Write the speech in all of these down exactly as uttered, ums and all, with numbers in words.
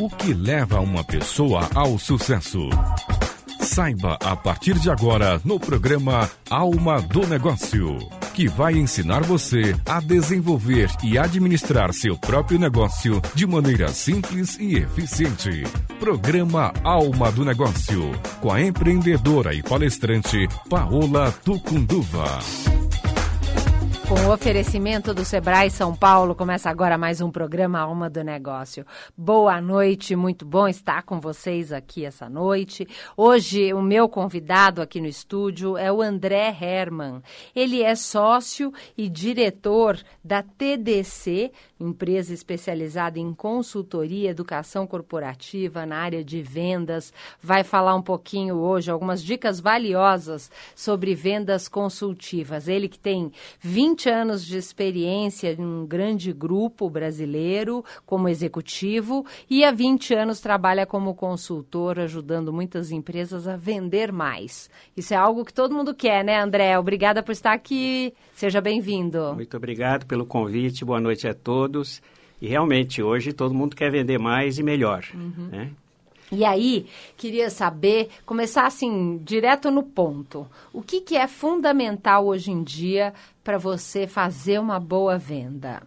O que leva uma pessoa ao sucesso? Saiba a partir de agora no programa Alma do Negócio, que vai ensinar você a desenvolver e administrar seu próprio negócio de maneira simples e eficiente. Programa Alma do Negócio, com a empreendedora e palestrante Paola Tucunduva. Com o oferecimento do Sebrae São Paulo, começa agora mais um programa Alma do Negócio. Boa noite, muito bom estar com vocês aqui essa noite. Hoje o meu convidado aqui no estúdio é o André Herman. Ele é sócio e diretor da T D C, empresa especializada em consultoria e educação corporativa na área de vendas. Vai falar um pouquinho hoje, algumas dicas valiosas sobre vendas consultivas. Ele que tem vinte anos de experiência em um grande grupo brasileiro como executivo e há vinte anos trabalha como consultor, ajudando muitas empresas a vender mais. Isso é algo que todo mundo quer, né, André? Obrigada por estar aqui. Seja bem-vindo. Muito obrigado pelo convite. Boa noite a todos. E realmente, hoje todo mundo quer vender mais e melhor, uhum. né? E aí, queria saber, começar assim, direto no ponto. O que, que é fundamental hoje em dia para você fazer uma boa venda?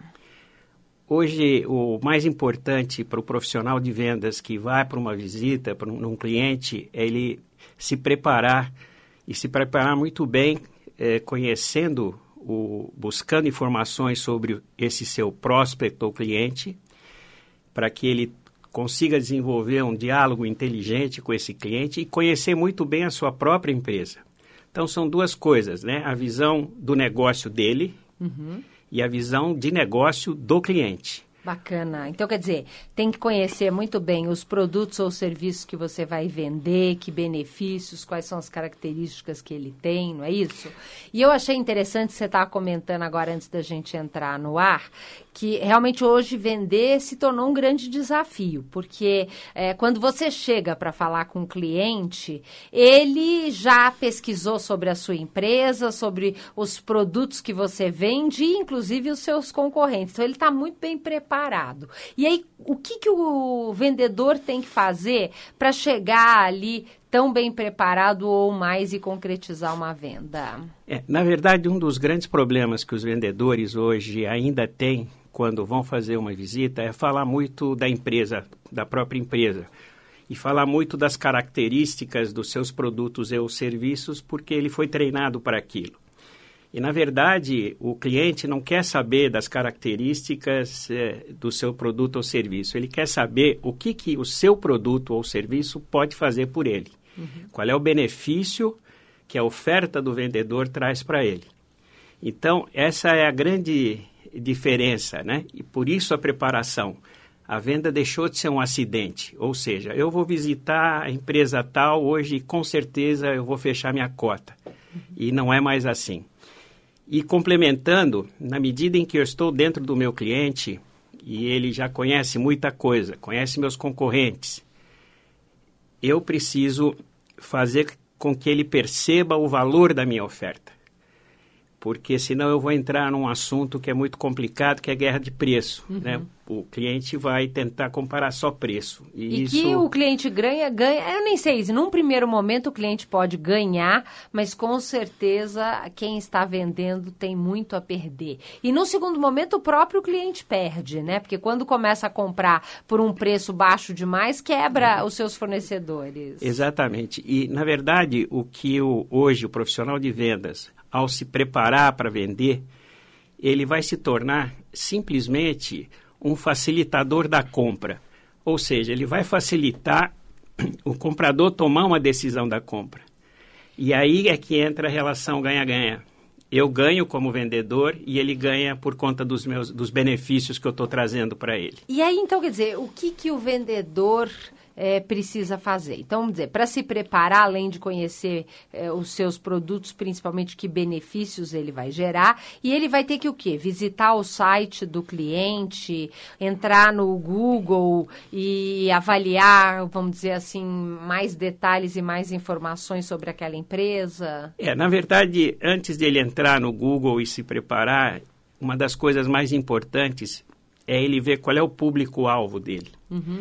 Hoje, o mais importante para o profissional de vendas que vai para uma visita, para um, um cliente, é ele se preparar e se preparar muito bem, é, conhecendo, o, buscando informações sobre esse seu prospect ou cliente, para que ele consiga desenvolver um diálogo inteligente com esse cliente e conhecer muito bem a sua própria empresa. Então, são duas coisas, né? A visão do negócio dele uhum. e a visão de negócio do cliente. Bacana. Então, quer dizer, tem que conhecer muito bem os produtos ou serviços que você vai vender, que benefícios, quais são as características que ele tem, não é isso? E eu achei interessante você estar comentando agora, antes da gente entrar no ar, que realmente hoje vender se tornou um grande desafio, porque é, quando você chega para falar com o cliente, ele já pesquisou sobre a sua empresa, sobre os produtos que você vende e, inclusive, os seus concorrentes. Então, ele está muito bem preparado. E aí, o que, que o vendedor tem que fazer para chegar ali tão bem preparado ou mais e concretizar uma venda? É, na verdade, um dos grandes problemas que os vendedores hoje ainda têm quando vão fazer uma visita é falar muito da empresa, da própria empresa, e falar muito das características dos seus produtos e ou serviços, porque ele foi treinado para aquilo. E, na verdade, o cliente não quer saber das características é, do seu produto ou serviço. Ele quer saber o que, que o seu produto ou serviço pode fazer por ele. Uhum. Qual é o benefício que a oferta do vendedor traz para ele. Então, essa é a grande diferença, né? E por isso a preparação. A venda deixou de ser um acidente. Ou seja, eu vou visitar a empresa tal hoje e com certeza eu vou fechar minha cota. Uhum. E não é mais assim. E complementando, na medida em que eu estou dentro do meu cliente e ele já conhece muita coisa, conhece meus concorrentes, eu preciso fazer com que ele perceba o valor da minha oferta. Porque senão eu vou entrar num assunto que é muito complicado, que é guerra de preço, uhum. né? O cliente vai tentar comparar só preço. E, e isso... que o cliente ganha, ganha... Eu nem sei, num primeiro momento o cliente pode ganhar, mas com certeza quem está vendendo tem muito a perder. E no segundo momento o próprio cliente perde, né? Porque quando começa a comprar por um preço baixo demais, quebra uhum. os seus fornecedores. Exatamente. E, na verdade, o que o, hoje o profissional de vendas, ao se preparar para vender, ele vai se tornar simplesmente um facilitador da compra. Ou seja, ele vai facilitar o comprador tomar uma decisão da compra. E aí é que entra a relação ganha-ganha. Eu ganho como vendedor e ele ganha por conta dos meus dos benefícios que eu estou trazendo para ele. E aí, então, quer dizer, o que, que o vendedor é, precisa fazer? Então, vamos dizer, para se preparar, além de conhecer é, os seus produtos, principalmente que benefícios ele vai gerar, e ele vai ter que o quê? Visitar o site do cliente, entrar no Google e avaliar, vamos dizer assim, mais detalhes e mais informações sobre aquela empresa? É, na verdade, antes de ele entrar no Google e se preparar, uma das coisas mais importantes é ele ver qual é o público-alvo dele. Uhum.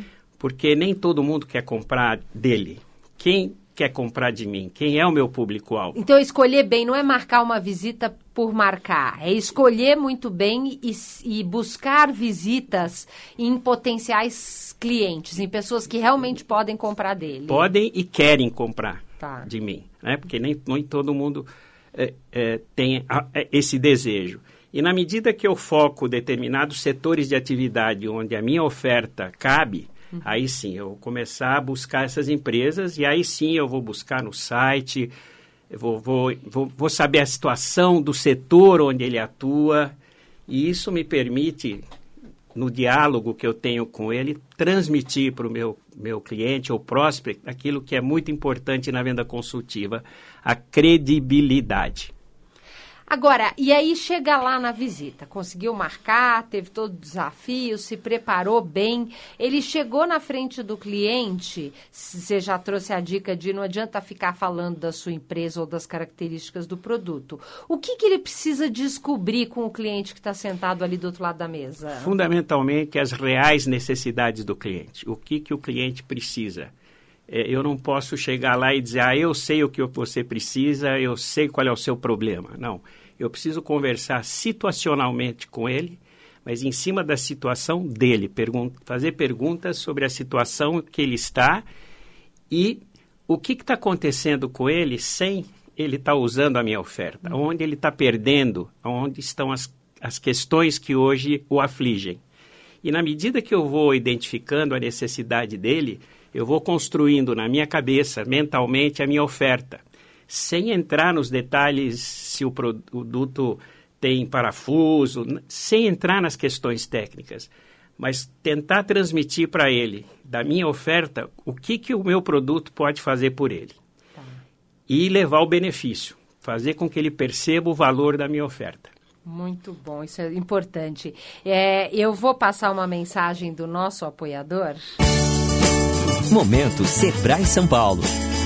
porque nem todo mundo quer comprar dele. Quem quer comprar de mim? Quem é o meu público-alvo? Então, escolher bem não é marcar uma visita por marcar, é escolher muito bem e, e buscar visitas em potenciais clientes, em pessoas que realmente podem comprar dele. Podem e querem comprar tá. de mim, né? Porque nem, nem todo mundo é, é, tem a, é, esse desejo. E na medida que eu foco determinados setores de atividade onde a minha oferta cabe, uhum. aí sim, eu vou começar a buscar essas empresas e aí sim eu vou buscar no site, eu vou, vou, vou, vou saber a situação do setor onde ele atua e isso me permite, no diálogo que eu tenho com ele, transmitir para o meu, meu cliente ou prospect aquilo que é muito importante na venda consultiva, a credibilidade. Agora, e aí chega lá na visita, conseguiu marcar, teve todo o desafio, se preparou bem, ele chegou na frente do cliente, você já trouxe a dica de não adianta ficar falando da sua empresa ou das características do produto. O que, que ele precisa descobrir com o cliente que está sentado ali do outro lado da mesa? Fundamentalmente, as reais necessidades do cliente. O que, que o cliente precisa? É, eu não posso chegar lá e dizer, ah, eu sei o que você precisa, eu sei qual é o seu problema. Não, eu preciso conversar situacionalmente com ele, mas em cima da situação dele, pergun- fazer perguntas sobre a situação que ele está e o que está acontecendo com ele sem ele estar tá usando a minha oferta, onde ele está perdendo, onde estão as, as questões que hoje o afligem. E na medida que eu vou identificando a necessidade dele, eu vou construindo na minha cabeça, mentalmente, a minha oferta, sem entrar nos detalhes se o produto tem parafuso, sem entrar nas questões técnicas, mas tentar transmitir para ele, da minha oferta, o que, que o meu produto pode fazer por ele. Tá. E levar o benefício, fazer com que ele perceba o valor da minha oferta. Muito bom, isso é importante. É, eu vou passar uma mensagem do nosso apoiador. Momento Sebrae São Paulo.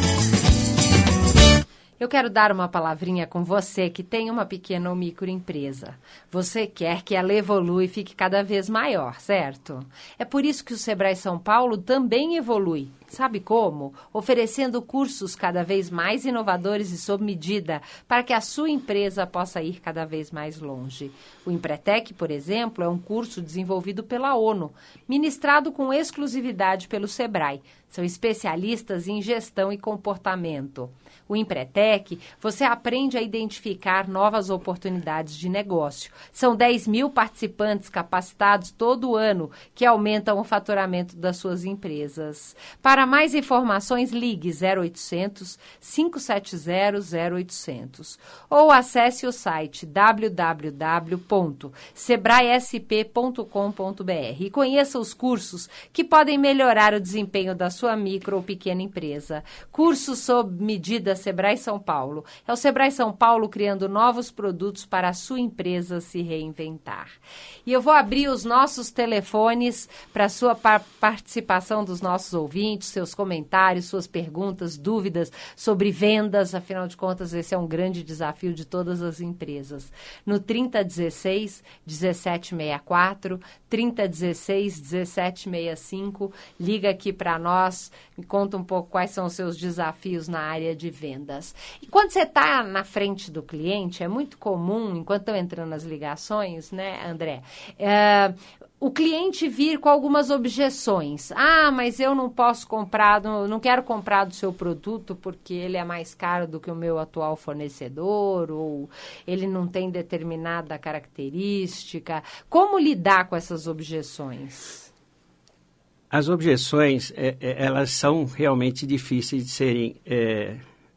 Eu quero dar uma palavrinha com você que tem uma pequena ou microempresa. Você quer que ela evolua e fique cada vez maior, certo? É por isso que o Sebrae São Paulo também evolui. Sabe como? Oferecendo cursos cada vez mais inovadores e sob medida para que a sua empresa possa ir cada vez mais longe. O Empretec, por exemplo, é um curso desenvolvido pela ONU, ministrado com exclusividade pelo Sebrae. São especialistas em gestão e comportamento. O Empretec, você aprende a identificar novas oportunidades de negócio. São dez mil participantes capacitados todo ano que aumentam o faturamento das suas empresas. Para mais informações, ligue zero oitocentos, cinco sete zero, zero oitocentos ou acesse o site w w w ponto sebrae s p ponto com ponto b r e conheça os cursos que podem melhorar o desempenho da sua micro ou pequena empresa. Cursos sob medida Sebrae São Paulo. É o Sebrae São Paulo criando novos produtos para a sua empresa se reinventar. E eu vou abrir os nossos telefones para a sua par- participação dos nossos ouvintes, seus comentários, suas perguntas, dúvidas sobre vendas. Afinal de contas, esse é um grande desafio de todas as empresas. No trinta dezesseis, dezessete sessenta e quatro, trinta dezesseis, dezessete sessenta e cinco, liga aqui para nós, me conta um pouco quais são os seus desafios na área de vendas. E quando você está na frente do cliente, é muito comum, enquanto estão entrando as ligações, né, André, é, o cliente vir com algumas objeções. Ah, mas eu não posso comprar, não, não quero comprar do seu produto porque ele é mais caro do que o meu atual fornecedor, ou ele não tem determinada característica. Como lidar com essas objeções? As objeções, é, é, elas são realmente difíceis de serem é,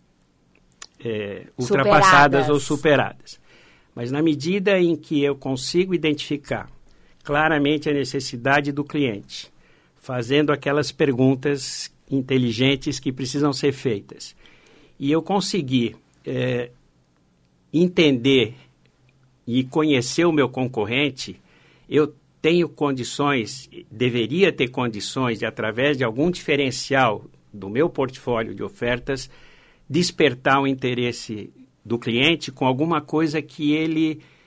é, ultrapassadas ou superadas. Mas na medida em que eu consigo identificar claramente a necessidade do cliente, fazendo aquelas perguntas inteligentes que precisam ser feitas, e eu conseguir é, entender e conhecer o meu concorrente, eu tenho condições, deveria ter condições de, através de algum diferencial do meu portfólio de ofertas, despertar o interesse do cliente com alguma coisa que ele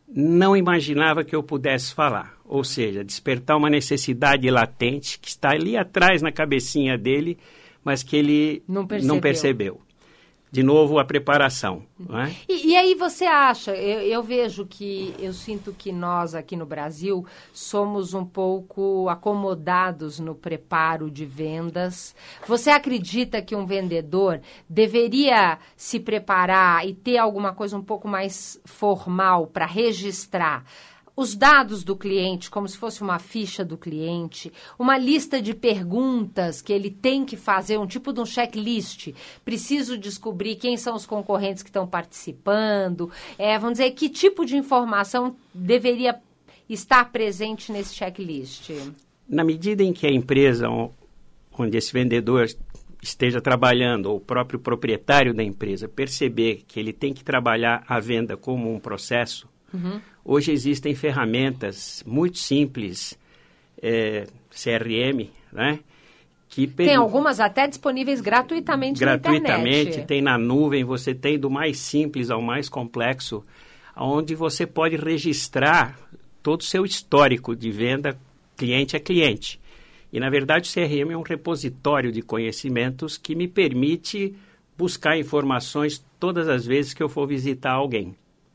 não imaginava que eu pudesse falar. Ou seja, despertar uma necessidade latente que está ali atrás na cabecinha dele, mas que ele não percebeu. Não percebeu. De novo, a preparação. Não é? e, e aí você acha, eu, eu vejo que, eu sinto que nós aqui no Brasil somos um pouco acomodados no preparo de vendas. Você acredita que um vendedor deveria se preparar e ter alguma coisa um pouco mais formal para registrar os dados do cliente, como se fosse uma ficha do cliente, uma lista de perguntas que ele tem que fazer, um tipo de um checklist? Preciso descobrir quem são os concorrentes que estão participando. É, vamos dizer, que tipo de informação deveria estar presente nesse checklist? Na medida em que a empresa onde esse vendedor esteja trabalhando, ou o próprio proprietário da empresa, perceber que ele tem que trabalhar a venda como um processo, uhum. Hoje existem ferramentas muito simples, é, C R M, né? Que tem algumas até disponíveis gratuitamente, gratuitamente na internet. Gratuitamente, tem na nuvem, você tem do mais simples ao mais complexo, onde você pode registrar todo o seu histórico de venda cliente a cliente. E, na verdade, o C R M é um repositório de conhecimentos que me permite buscar informações todas as vezes que eu for visitar alguém.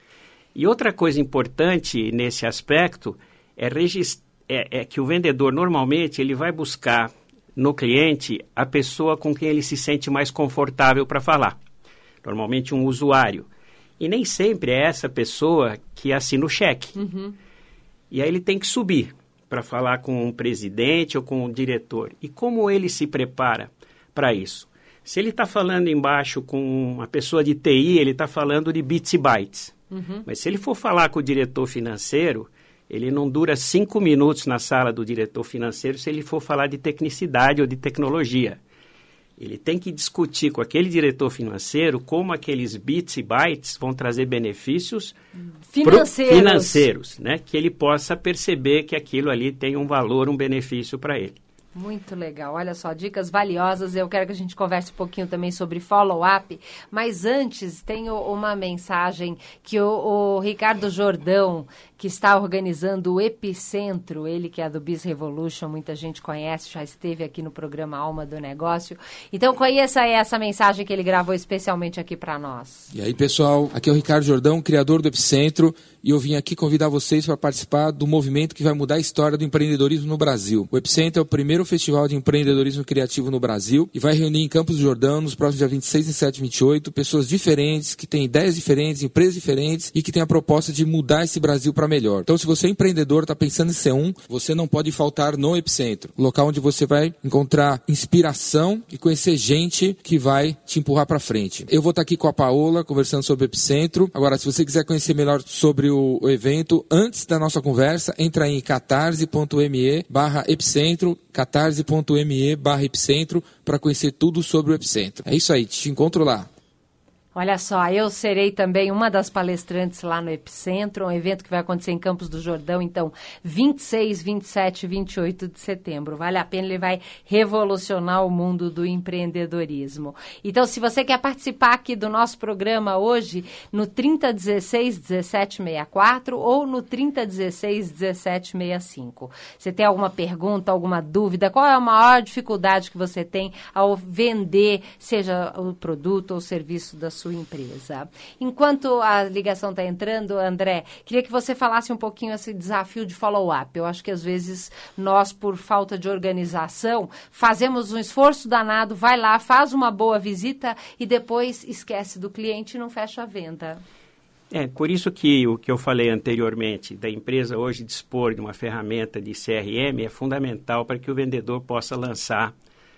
E outra coisa importante nesse aspecto é, regist- é, é que o vendedor, normalmente, ele vai buscar no cliente a pessoa com quem ele se sente mais confortável para falar. Normalmente um usuário. E nem sempre é essa pessoa que assina o cheque. Uhum. E aí ele tem que subir para falar com um presidente ou com um diretor. E como ele se prepara para isso? Se ele está falando embaixo com uma pessoa de T I, ele está falando de bits e bytes. Uhum. Mas se ele for falar com o diretor financeiro, ele não dura cinco minutos na sala do diretor financeiro se ele for falar de tecnicidade ou de tecnologia. Ele tem que discutir com aquele diretor financeiro como aqueles bits e bytes vão trazer benefícios financeiros, financeiros, né? Que ele possa perceber que aquilo ali tem um valor, um benefício para ele. Muito legal. Olha só, dicas valiosas. Eu quero que a gente converse um pouquinho também sobre follow-up, mas antes tenho uma mensagem que o, o Ricardo Jordão, que está organizando o Epicentro, ele que é do Biz Revolution, muita gente conhece, já esteve aqui no programa Alma do Negócio. Então conheça aí essa mensagem que ele gravou especialmente aqui para nós. E aí, pessoal, aqui é o Ricardo Jordão, criador do Epicentro, e eu vim aqui convidar vocês para participar do movimento que vai mudar a história do empreendedorismo no Brasil. O Epicentro é o primeiro festival de empreendedorismo criativo no Brasil e vai reunir em Campos do Jordão, nos próximos dias vinte e seis, vinte e sete e vinte e oito, pessoas diferentes, que têm ideias diferentes, empresas diferentes e que têm a proposta de mudar esse Brasil para melhor. Então, se você é empreendedor, está pensando em ser um, você não pode faltar no Epicentro, local onde você vai encontrar inspiração e conhecer gente que vai te empurrar para frente. Eu vou estar aqui com a Paola, conversando sobre o Epicentro. Agora, se você quiser conhecer melhor sobre o, o evento, antes da nossa conversa, entra em catarse.me barra epicentro, catarse.me barra epicentro, para conhecer tudo sobre o Epicentro. É isso aí, te encontro lá. Olha só, eu serei também uma das palestrantes lá no Epicentro, um evento que vai acontecer em Campos do Jordão, então, vinte e seis, vinte e sete e vinte e oito de setembro. Vale a pena, ele vai revolucionar o mundo do empreendedorismo. Então, se você quer participar aqui do nosso programa hoje, no trinta, dezesseis, dezessete sessenta e quatro ou no trinta, dezesseis, dezessete sessenta e cinco. Você tem alguma pergunta, alguma dúvida? Qual é a maior dificuldade que você tem ao vender, seja o produto ou o serviço da sua sua empresa? Enquanto a ligação está entrando, André, queria que você falasse um pouquinho esse desafio de follow-up. Eu acho que às vezes nós, por falta de organização, fazemos um esforço danado, vai lá, faz uma boa visita e depois esquece do cliente e não fecha a venda. É, por isso que o que eu falei anteriormente, da empresa hoje dispor de uma ferramenta de C R M é fundamental para que o vendedor possa lançar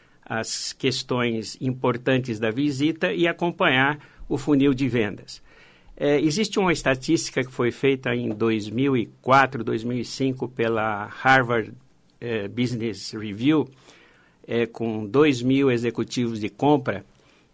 as questões importantes da visita e acompanhar o funil de vendas. É, existe uma estatística que foi feita em dois mil e quatro, dois mil e cinco pela Harvard é, Business Review, é, com dois mil executivos de compra,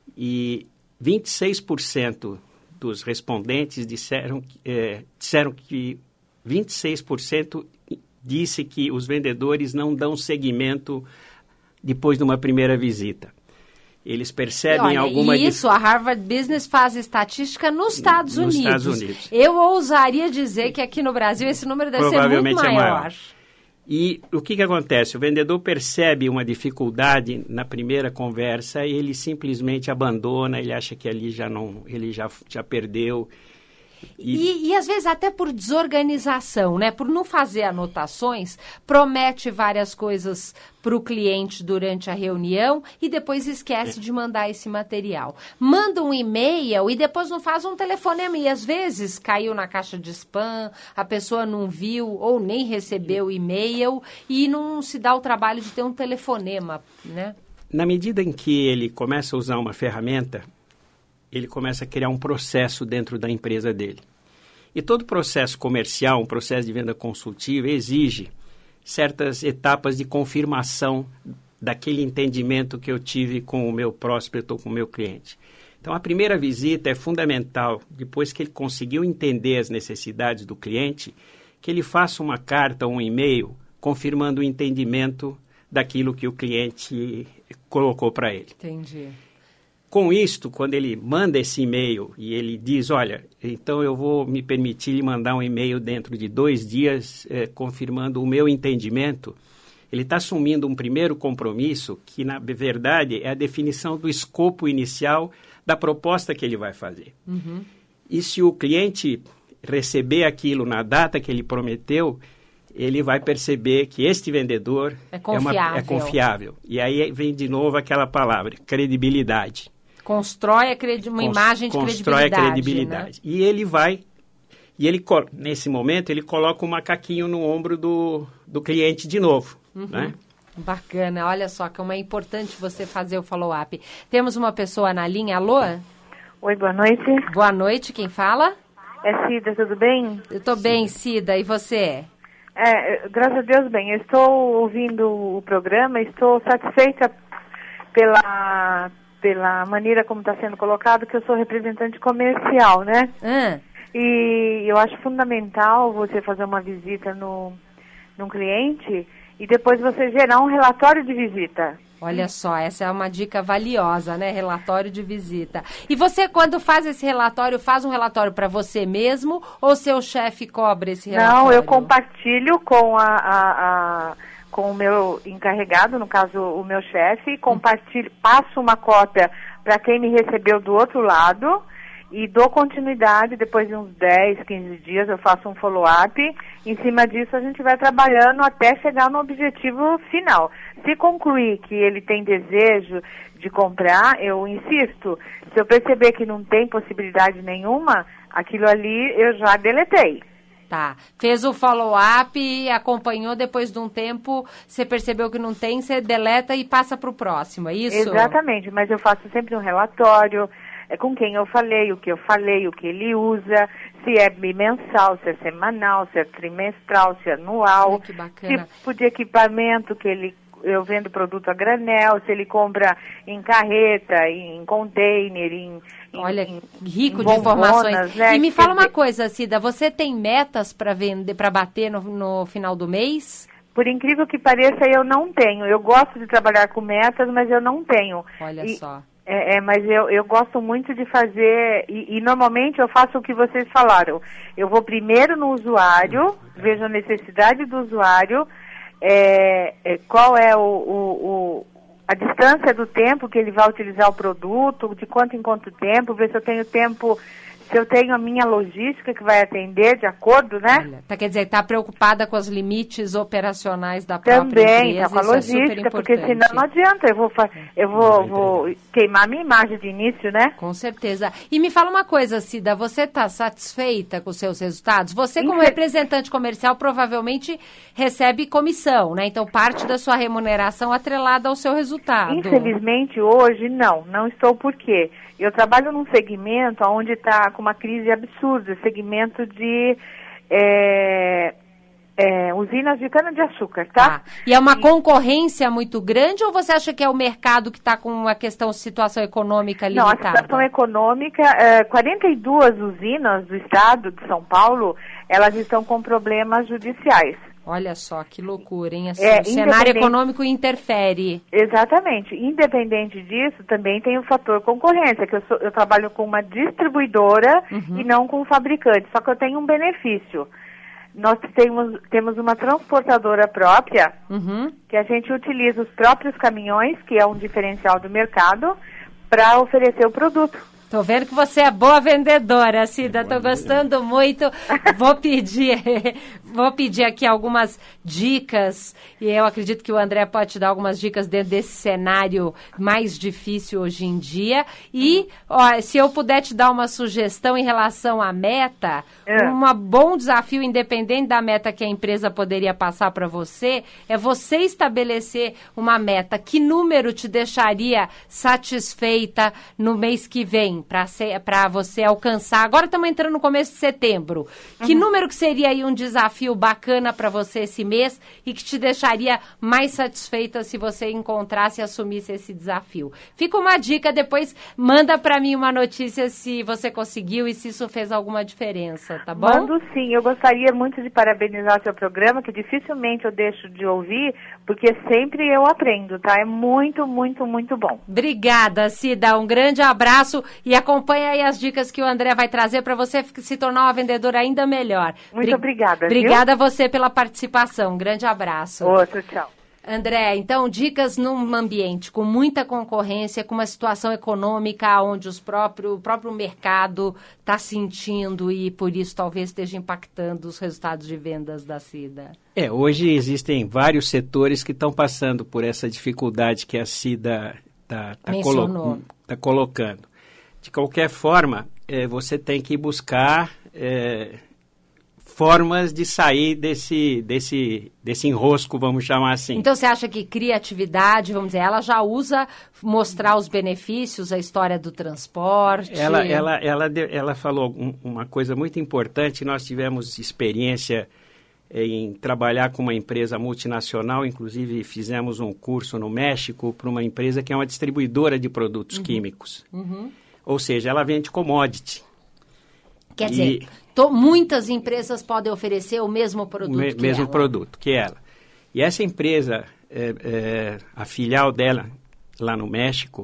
e vinte e seis por cento dos respondentes disseram, é, disseram que vinte e seis por cento disse que os vendedores não dão seguimento depois de uma primeira visita. Eles percebem e olha, alguma... Isso, dif... a Harvard Business faz estatística nos Estados nos Unidos. Estados Unidos. Eu ousaria dizer que aqui no Brasil esse número deve ser muito maior. É maior. E o que, que acontece? O vendedor percebe uma dificuldade na primeira conversa e ele simplesmente abandona, ele acha que ali já não, ele já, já perdeu. E... E, e às vezes até por desorganização, né? Por não fazer anotações, promete várias coisas para o cliente durante a reunião e depois esquece é. de mandar esse material. Manda um e-mail e depois não faz um telefonema. E às vezes caiu na caixa de spam, a pessoa não viu ou nem recebeu o e-mail e não se dá o trabalho de ter um telefonema, né? Na medida em que ele começa a usar uma ferramenta, ele começa a criar um processo dentro da empresa dele. E todo processo comercial, um processo de venda consultiva, exige certas etapas de confirmação daquele entendimento que eu tive com o meu prospect ou com o meu cliente. Então, a primeira visita é fundamental, depois que ele conseguiu entender as necessidades do cliente, que ele faça uma carta ou um e-mail confirmando o entendimento daquilo que o cliente colocou para ele. Entendi. Com isto, quando ele manda esse e-mail e ele diz, olha, então eu vou me permitir lhe mandar um e-mail dentro de dois dias eh, confirmando o meu entendimento, ele está assumindo um primeiro compromisso que, na verdade, é a definição do escopo inicial da proposta que ele vai fazer. Uhum. E se o cliente receber aquilo na data que ele prometeu, ele vai perceber que este vendedor é confiável. É, uma, é confiável. E aí vem de novo aquela palavra, credibilidade. Constrói a credi- uma Cons- imagem de constrói credibilidade. Constrói a credibilidade. Né? E ele vai, e ele, nesse momento, ele coloca um macaquinho no ombro do, do cliente de novo. Uhum. Né? Bacana, olha só como é importante você fazer o follow-up. Temos uma pessoa na linha, alô? Oi, boa noite. Boa noite, quem fala? É Cida, tudo bem? Eu estou bem, Cida, e você? É, graças a Deus, bem. Eu estou ouvindo o programa, estou satisfeita pela, pela maneira como está sendo colocado, que eu sou representante comercial, né? Ah. E eu acho fundamental você fazer uma visita no, num cliente e depois você gerar um relatório de visita. Olha só, essa é uma dica valiosa, né? Relatório de visita. E você, quando faz esse relatório, faz um relatório para você mesmo ou seu chefe cobra esse relatório? Não, eu compartilho com, a, a, a, com o meu encarregado, no caso o meu chefe, compartilho, passo uma cópia para quem me recebeu do outro lado e dou continuidade, depois de uns dez, quinze dias eu faço um follow-up. Em cima disso a gente vai trabalhando até chegar no objetivo final. Se concluir que ele tem desejo de comprar, eu insisto. Se eu perceber que não tem possibilidade nenhuma, aquilo ali eu já deletei. Tá. Fez o follow-up, acompanhou, depois de um tempo, você percebeu que não tem, você deleta e passa para o próximo, é isso? Exatamente, mas eu faço sempre um relatório, é com quem eu falei, o que eu falei, o que ele usa, se é bimensal, se é semanal, se é trimestral, se é anual. Olha que bacana. Tipo de equipamento que ele, eu vendo produto a granel, se ele compra em carreta, em container, em... Olha, em, rico em de informações. Né? E me fala dizer... uma coisa, Cida, você tem metas para vender, para bater no, no final do mês? Por incrível que pareça, eu não tenho. Eu gosto de trabalhar com metas, mas eu não tenho. Olha e, só. É, é, mas eu, eu gosto muito de fazer, e, e normalmente eu faço o que vocês falaram. Eu vou primeiro no usuário, vejo a necessidade do usuário, é, é, qual é o, o, o, a distância do tempo que ele vai utilizar o produto, de quanto em quanto tempo, ver se eu tenho tempo, se eu tenho a minha logística que vai atender de acordo, né? Olha, tá, quer dizer, está preocupada com os limites operacionais da própria Também, empresa. Também, tá com a logística, é porque senão não adianta, eu vou, eu vou, vou queimar minha imagem de início, né? Com certeza. E me fala uma coisa, Cida, você está satisfeita com os seus resultados? Você, como representante comercial, provavelmente recebe comissão, né? Então, parte da sua remuneração atrelada ao seu resultado. Infelizmente, hoje, não. Não estou por quê? Eu trabalho num segmento onde está com uma crise absurda, segmento de é, é, usinas de cana-de-açúcar, tá? Ah, e é uma e... concorrência muito grande ou você acha que é o mercado que está com uma questão, situação econômica limitada? Não, a situação econômica, é, quarenta e duas usinas do estado de São Paulo, elas estão com problemas judiciais. Olha só, que loucura, hein? Assim, É, o cenário econômico interfere. Exatamente. Independente disso, também tem o fator concorrência, que eu, sou, eu trabalho com uma distribuidora uhum. e não com um fabricante, só que eu tenho um benefício. Nós temos, temos uma transportadora própria, uhum. que a gente utiliza os próprios caminhões, que é um diferencial do mercado, para oferecer o produto. Tô vendo que você é boa vendedora, Cida. Tô gostando muito. Vou pedir, vou pedir aqui algumas dicas. E eu acredito que o André pode te dar algumas dicas dentro desse cenário mais difícil hoje em dia. E ó, se eu puder te dar uma sugestão em relação à meta, é. um bom desafio, independente da meta que a empresa poderia passar para você, é você estabelecer uma meta. Que número te deixaria satisfeita no mês que vem? Para você alcançar. Agora estamos entrando no começo de setembro. Uhum. Que número que seria aí um desafio bacana para você esse mês e que te deixaria mais satisfeita se você encontrasse e assumisse esse desafio? Fica uma dica, depois manda para mim uma notícia se você conseguiu e se isso fez alguma diferença, tá bom? Mando sim. Eu gostaria muito de parabenizar o seu programa, que dificilmente eu deixo de ouvir, porque sempre eu aprendo, tá? É muito, muito, muito bom. Obrigada, Cida. Um grande abraço. E acompanha aí as dicas que o André vai trazer para você se tornar uma vendedora ainda melhor. Muito Bri- obrigada. Obrigada viu? a você pela participação. Um grande abraço. Outro, tchau. André, então, dicas num ambiente com muita concorrência, com uma situação econômica onde os próprio, o próprio mercado está sentindo e, por isso, talvez esteja impactando os resultados de vendas da Cida. É, hoje existem vários setores que estão passando por essa dificuldade que a Cida está tá colo- tá colocando. De qualquer forma, é, você tem que buscar é, formas de sair desse, desse, desse enrosco, vamos chamar assim. Então, você acha que criatividade, vamos dizer, ela já usa mostrar os benefícios, a história do transporte? Ela, ela, ela, ela falou um, uma coisa muito importante. Nós tivemos experiência em trabalhar com uma empresa multinacional, inclusive fizemos um curso no México para uma empresa que é uma distribuidora de produtos uhum. químicos. Uhum. Ou seja, ela vende commodity. Quer e dizer, to, muitas empresas podem oferecer o mesmo produto me, que mesmo ela. produto que ela. E essa empresa, é, é, a filial dela, lá no México,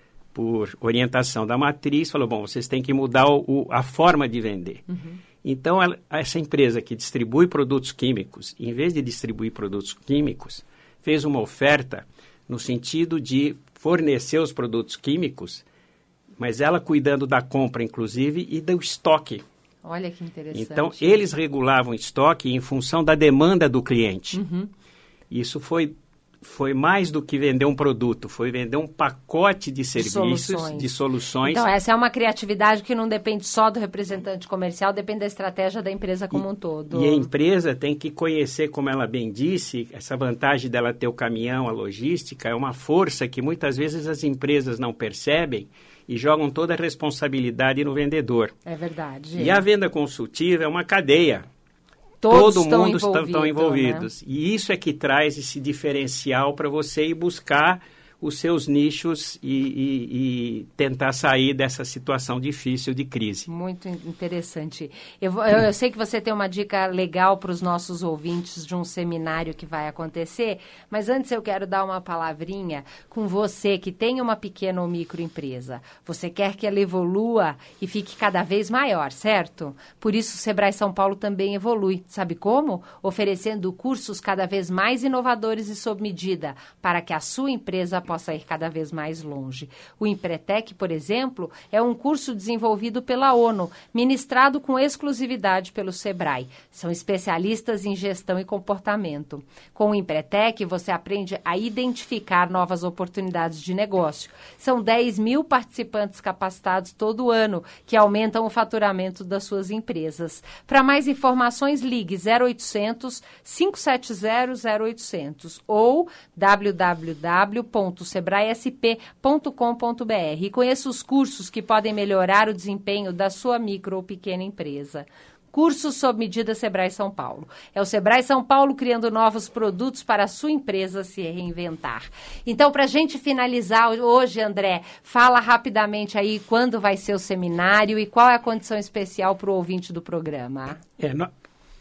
por orientação da matriz, falou, bom, vocês têm que mudar o, o, a forma de vender. Uhum. Então, ela, essa empresa que distribui produtos químicos, em vez de distribuir produtos químicos, fez uma oferta no sentido de fornecer os produtos químicos, mas ela cuidando da compra, inclusive, e do estoque. Olha que interessante. Então, eles regulavam o estoque em função da demanda do cliente. Uhum. Isso foi, foi mais do que vender um produto, foi vender um pacote de serviços, de soluções. de soluções. Então, essa é uma criatividade que não depende só do representante comercial, depende da estratégia da empresa como e, um todo. E a empresa tem que conhecer, como ela bem disse, essa vantagem dela ter o caminhão, a logística, é uma força que muitas vezes as empresas não percebem e jogam toda a responsabilidade no vendedor. É verdade. E a venda consultiva é uma cadeia. Todos Todo estão mundo envolvido, estão envolvidos. Né? E isso é que traz esse diferencial para você ir buscar os seus nichos e, e, e tentar sair dessa situação difícil de crise. Muito interessante. Eu, eu, eu sei que você tem uma dica legal para os nossos ouvintes de um seminário que vai acontecer, mas antes eu quero dar uma palavrinha com você que tem uma pequena ou microempresa. Você quer que ela evolua e fique cada vez maior, certo? Por isso o Sebrae São Paulo também evolui. Sabe como? Oferecendo cursos cada vez mais inovadores e sob medida para que a sua empresa possa ir cada vez mais longe. O Empretec, por exemplo, é um curso desenvolvido pela ONU, ministrado com exclusividade pelo Sebrae. São especialistas em gestão e comportamento. Com o Empretec, você aprende a identificar novas oportunidades de negócio. São dez mil participantes capacitados todo ano, que aumentam o faturamento das suas empresas. Para mais informações, ligue zero oitocentos, cinco sete zero, zero oitocentos ou w w w ponto sebrae s p ponto com ponto b r e conheça os cursos que podem melhorar o desempenho da sua micro ou pequena empresa. Cursos sob medida Sebrae São Paulo. É o Sebrae São Paulo criando novos produtos para a sua empresa se reinventar. Então, para a gente finalizar hoje, André, fala rapidamente aí quando vai ser o seminário e qual é a condição especial para o ouvinte do programa. É, no...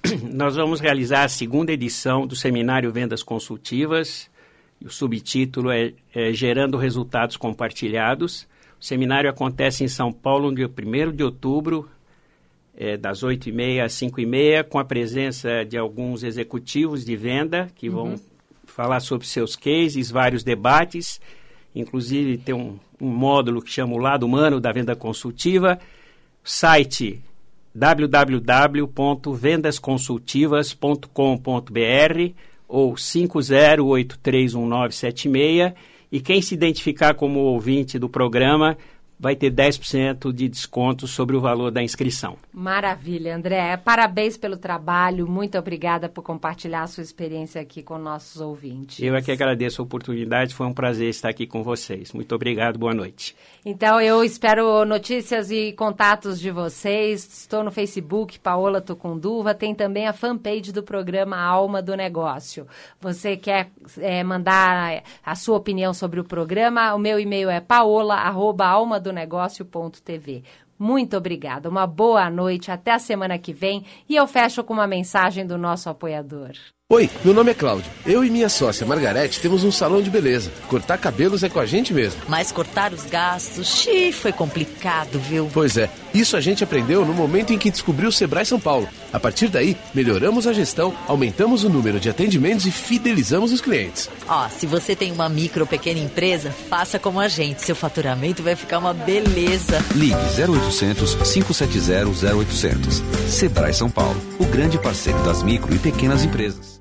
nós vamos realizar a segunda edição do Seminário Vendas Consultivas. O subtítulo é, é Gerando Resultados Compartilhados. O seminário acontece em São Paulo no dia primeiro de outubro, é, das oito e meia às cinco e meia, com a presença de alguns executivos de venda que vão uhum. falar sobre seus cases, vários debates. Inclusive tem um, um módulo que chama o Lado Humano da Venda Consultiva. Site w w w ponto vendas consultivas ponto com ponto b r ou cinco zero oito três um nove sete seis, e quem se identificar como ouvinte do programa vai ter dez por cento de desconto sobre o valor da inscrição. Maravilha, André. Parabéns pelo trabalho. Muito obrigada por compartilhar a sua experiência aqui com nossos ouvintes. Eu é que agradeço a oportunidade. Foi um prazer estar aqui com vocês. Muito obrigado. Boa noite. Então, eu espero notícias e contatos de vocês. Estou no Facebook, Paola Tucunduva. Tem também a fanpage do programa Alma do Negócio. Você quer é, mandar a sua opinião sobre o programa? O meu e-mail é paola arroba alma do negócio ponto t v. Muito obrigada, uma boa noite, até a semana que vem, e eu fecho com uma mensagem do nosso apoiador. Oi, meu nome é Cláudio. Eu e minha sócia Margarete temos um salão de beleza. Cortar cabelos é com a gente mesmo. Mas cortar os gastos, xiii, foi complicado, viu? Pois é, isso a gente aprendeu no momento em que descobriu o Sebrae São Paulo. A partir daí, melhoramos a gestão, aumentamos o número de atendimentos e fidelizamos os clientes. Ó, se você tem uma micro ou pequena empresa, faça como a gente. Seu faturamento vai ficar uma beleza. Ligue zero oitocentos, cinco sete zero, zero oitocentos. Sebrae São Paulo, o grande parceiro das micro e pequenas empresas.